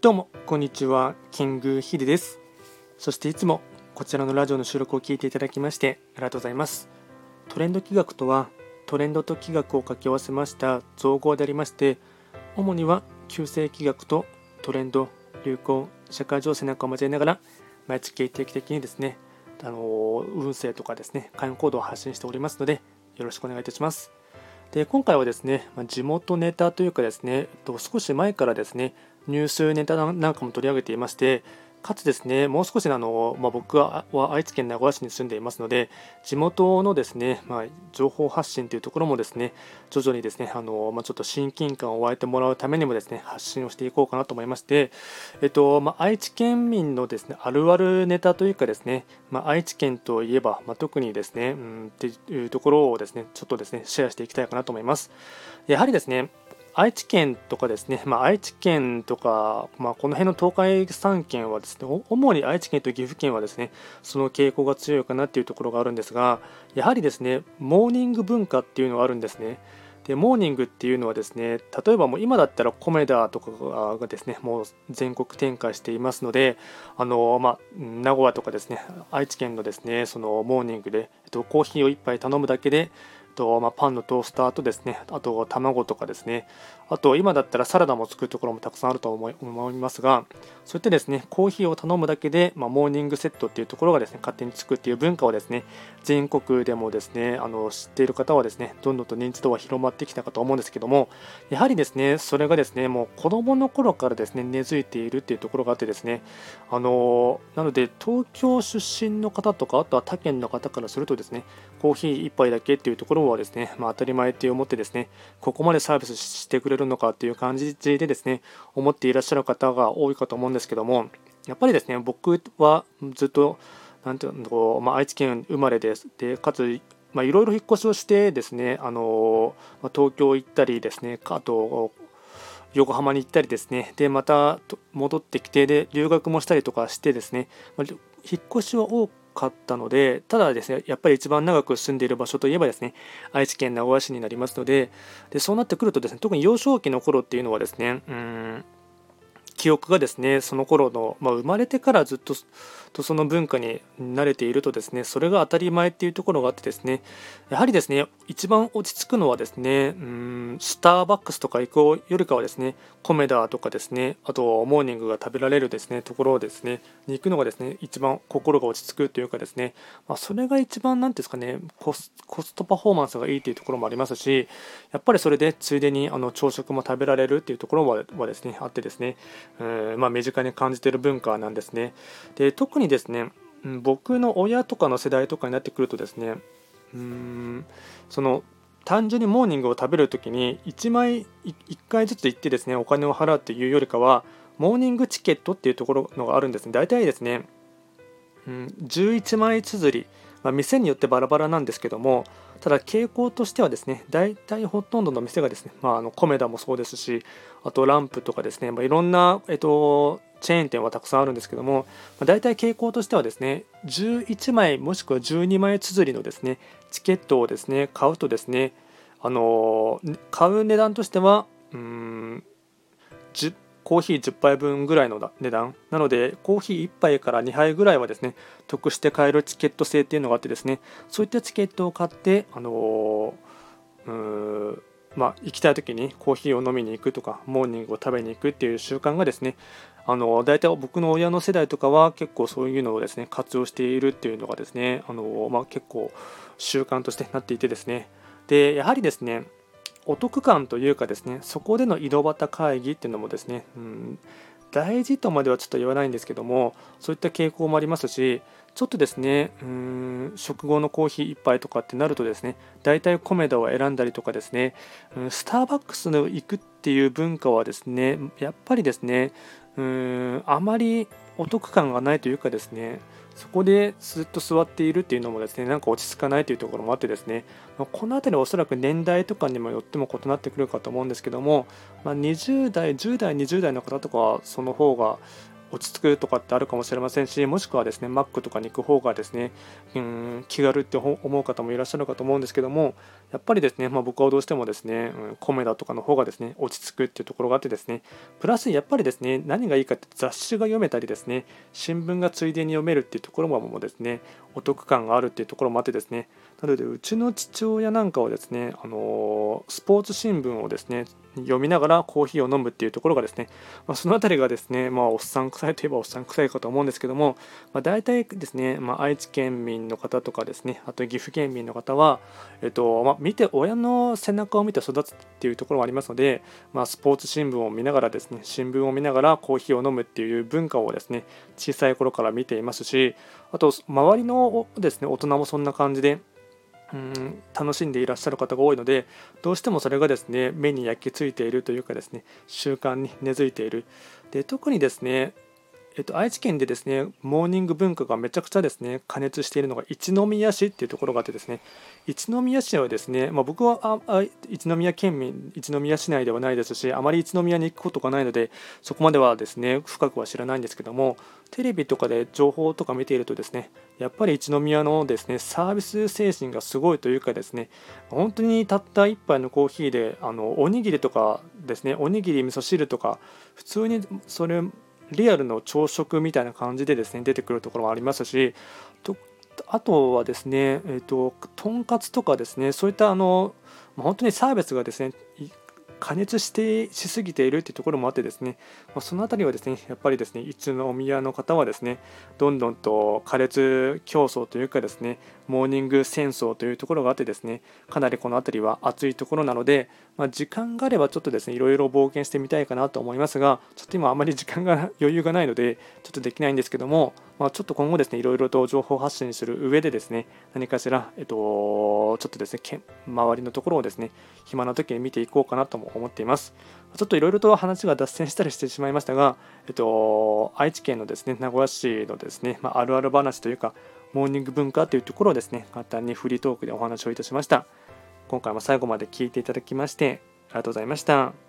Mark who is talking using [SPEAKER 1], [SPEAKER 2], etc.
[SPEAKER 1] どうもこんにちは、キングヒデです。そしていつもこちらのラジオの収録を聞いていただきましてありがとうございます。トレンド企画とは、トレンドと企画を掛け合わせました造語でありまして、主には旧世企画とトレンド、流行、社会情勢なんかを交えながら毎月定期的にですね、運勢とかですね、開運行動を発信しておりますので、よろしくお願いいたします。で、今回はですね、地元ネタというかですね、少し前からですね、ニュースネタなんかも取り上げていまして、かつですね、もう少し僕は愛知県名古屋市に住んでいますので、地元のですね、情報発信というところもですね、徐々にですね、ちょっと親近感を湧いてもらうためにもですね、発信をしていこうかなと思いまして、愛知県民のですね、あるあるネタというかですね、愛知県といえば、特にですね、っていうところをですね、ちょっとですね、シェアしていきたいかなと思います。やはりですね、愛知県とかですね、愛知県とか、この辺の東海3県はですね、主に愛知県と岐阜県はですね、その傾向が強いかなっていうところがあるんですが、やはりですね、モーニング文化っていうのがあるんですね。で、モーニングっていうのはですね、例えばもう今だったらコメダとかがですね、もう全国展開していますので、名古屋とかですね、愛知県のですね、そのモーニングで、コーヒーを1杯頼むだけで、パンのトースターとですね、あと卵とかですね、あと今だったらサラダも作るところもたくさんあると思いますが、そういってですね、コーヒーを頼むだけで、モーニングセットっていうところがですね、勝手につくっていう文化をですね、全国でもですね、知っている方はですね、どんどんと認知度は広まってきたかと思うんですけども、やはりですね、それがですね、もう子供の頃からですね、根付いているっていうところがあってですね、なので東京出身の方とか、あとは他県の方からするとですね、コーヒー1杯だけっていうところはですね、当たり前って思ってですね、ここまでサービスしてくれるのかっていう感じでですね、思っていらっしゃる方が多いかと思うんですけども、やっぱりですね、僕はずっと、なんていうの、愛知県生まれです。で、かつ、いろいろ引っ越しをしてですね、東京行ったりですね、あと、横浜に行ったりですね、で、また戻ってきて、で、留学もしたりとかしてですね、引っ越しは多かったので、ただですね、やっぱり一番長く住んでいる場所といえばですね、愛知県名古屋市になりますので、そうなってくるとですね、特に幼少期の頃っていうのはですね、記憶がですね、その頃の、生まれてからずっとその文化に慣れているとですね、それが当たり前っていうところがあってですね、やはりですね、一番落ち着くのはですね、スターバックスとか行くよりかはですね、コメダとかですね、あとモーニングが食べられるですね、ところをですね、に行くのがですね、一番心が落ち着くというかですね、それが一番なんですかね、コストパフォーマンスがいいというところもありますし、やっぱりそれでついでに朝食も食べられるっていうところはですね、あってですね、身近に感じている文化なんですね。で、特にですね、僕の親とかの世代とかになってくるとですね、その単純にモーニングを食べるときに1回ずつ行ってですね、お金を払うというよりかは、モーニングチケットっていうところのがあるんですね。大体ですね、11枚綴り、店によってバラバラなんですけども、ただ傾向としてはですね、大体ほとんどの店がですね、コメダもそうですし、あとランプとかですね、いろんな、チェーン店はたくさんあるんですけども、大体傾向としてはですね、11枚もしくは12枚綴りのですね、チケットをですね、買うとですね、買う値段としては、10コーヒー10杯分ぐらいの値段なので、コーヒー1杯から2杯ぐらいはですね、得して買えるチケット制っていうのがあってですね、そういったチケットを買って、行きたい時にコーヒーを飲みに行くとか、モーニングを食べに行くっていう習慣がですね、大体僕の親の世代とかは結構そういうのをですね、活用しているっていうのがですね、結構習慣としてなっていてですね、で、やはりですね、お得感というかですね、そこでの井戸端会議っていうのもですね、大事とまではちょっと言わないんですけども、そういった傾向もありますし、ちょっとですね、食後のコーヒー1杯とかってなるとですね、大体コメダを選んだりとかですね、スターバックスの行くっていう文化はですね、やっぱりですね、あまりお得感がないというかですね、そこでずっと座っているっていうのもですね、なんか落ち着かないというところもあってですね、この辺りはおそらく年代とかにもよっても異なってくるかと思うんですけども、20代、10代、20代の方とかはその方が落ち着くとかってあるかもしれませんし、もしくはですね、マックとかに行く方がですね、気軽って思う方もいらっしゃるかと思うんですけども、 やっぱりですね、僕はどうしてもですね、コメダとかの方がですね、落ち着くっていうところがあってですね、プラスやっぱりですね、何がいいかって雑誌が読めたりですね、新聞がついでに読めるっていうところもですね、お得感があるっていうところもあってですね、なのでうちの父親なんかはですね、スポーツ新聞をですね、読みながらコーヒーを飲むっていうところがですね、そのあたりがですね、おっさん臭いといえばおっさん臭いかと思うんですけども、大体ですね、愛知県民の方とかですね、あと岐阜県民の方は、見て親の背中を見て育つっていうところもありますので、スポーツ新聞を見ながらですね、新聞を見ながらコーヒーを飲むっていう文化をですね、小さい頃から見ていますし、あと周りのですね、大人もそんな感じで楽しんでいらっしゃる方が多いので、どうしてもそれがですね、目に焼き付いているというかですね、習慣に根付いている。で、特にですね、愛知県でですね、モーニング文化がめちゃくちゃですね、過熱しているのが一宮市っていうところがあってですね、一宮市はですね、僕は一宮県民、一宮市内ではないですし、あまり一宮に行くことがないので、そこまではですね、深くは知らないんですけども、テレビとかで情報とか見ているとですね、やっぱり一宮のですね、サービス精神がすごいというかですね、本当にたった一杯のコーヒーで、おにぎりとかですね、おにぎり味噌汁とか、普通にそれリアルの朝食みたいな感じでですね出てくるところもありますし、あとはですね、とんかつとかですね、そういった本当にサービスがですね加熱しすぎているというところもあってですね、そのあたりはですねやっぱりですね一宮の方はですねどんどんと加熱競争というかですねモーニング戦争というところがあってですね、かなりこのあたりは熱いところなので、時間があればちょっとですねいろいろ冒険してみたいかなと思いますが、ちょっと今あまり時間が余裕がないのでちょっとできないんですけども、ちょっと今後ですねいろいろと情報発信する上でですね何かしらちょっとですね周りのところをですね暇な時に見ていこうかなとも思っています。ちょっといろいろと話が脱線したりしてしまいましたが、愛知県のですね名古屋市のですね、あるある話というかモーニング文化というところをですね簡単にフリートークでお話をいたしました。今回も最後まで聞いていただきましてありがとうございました。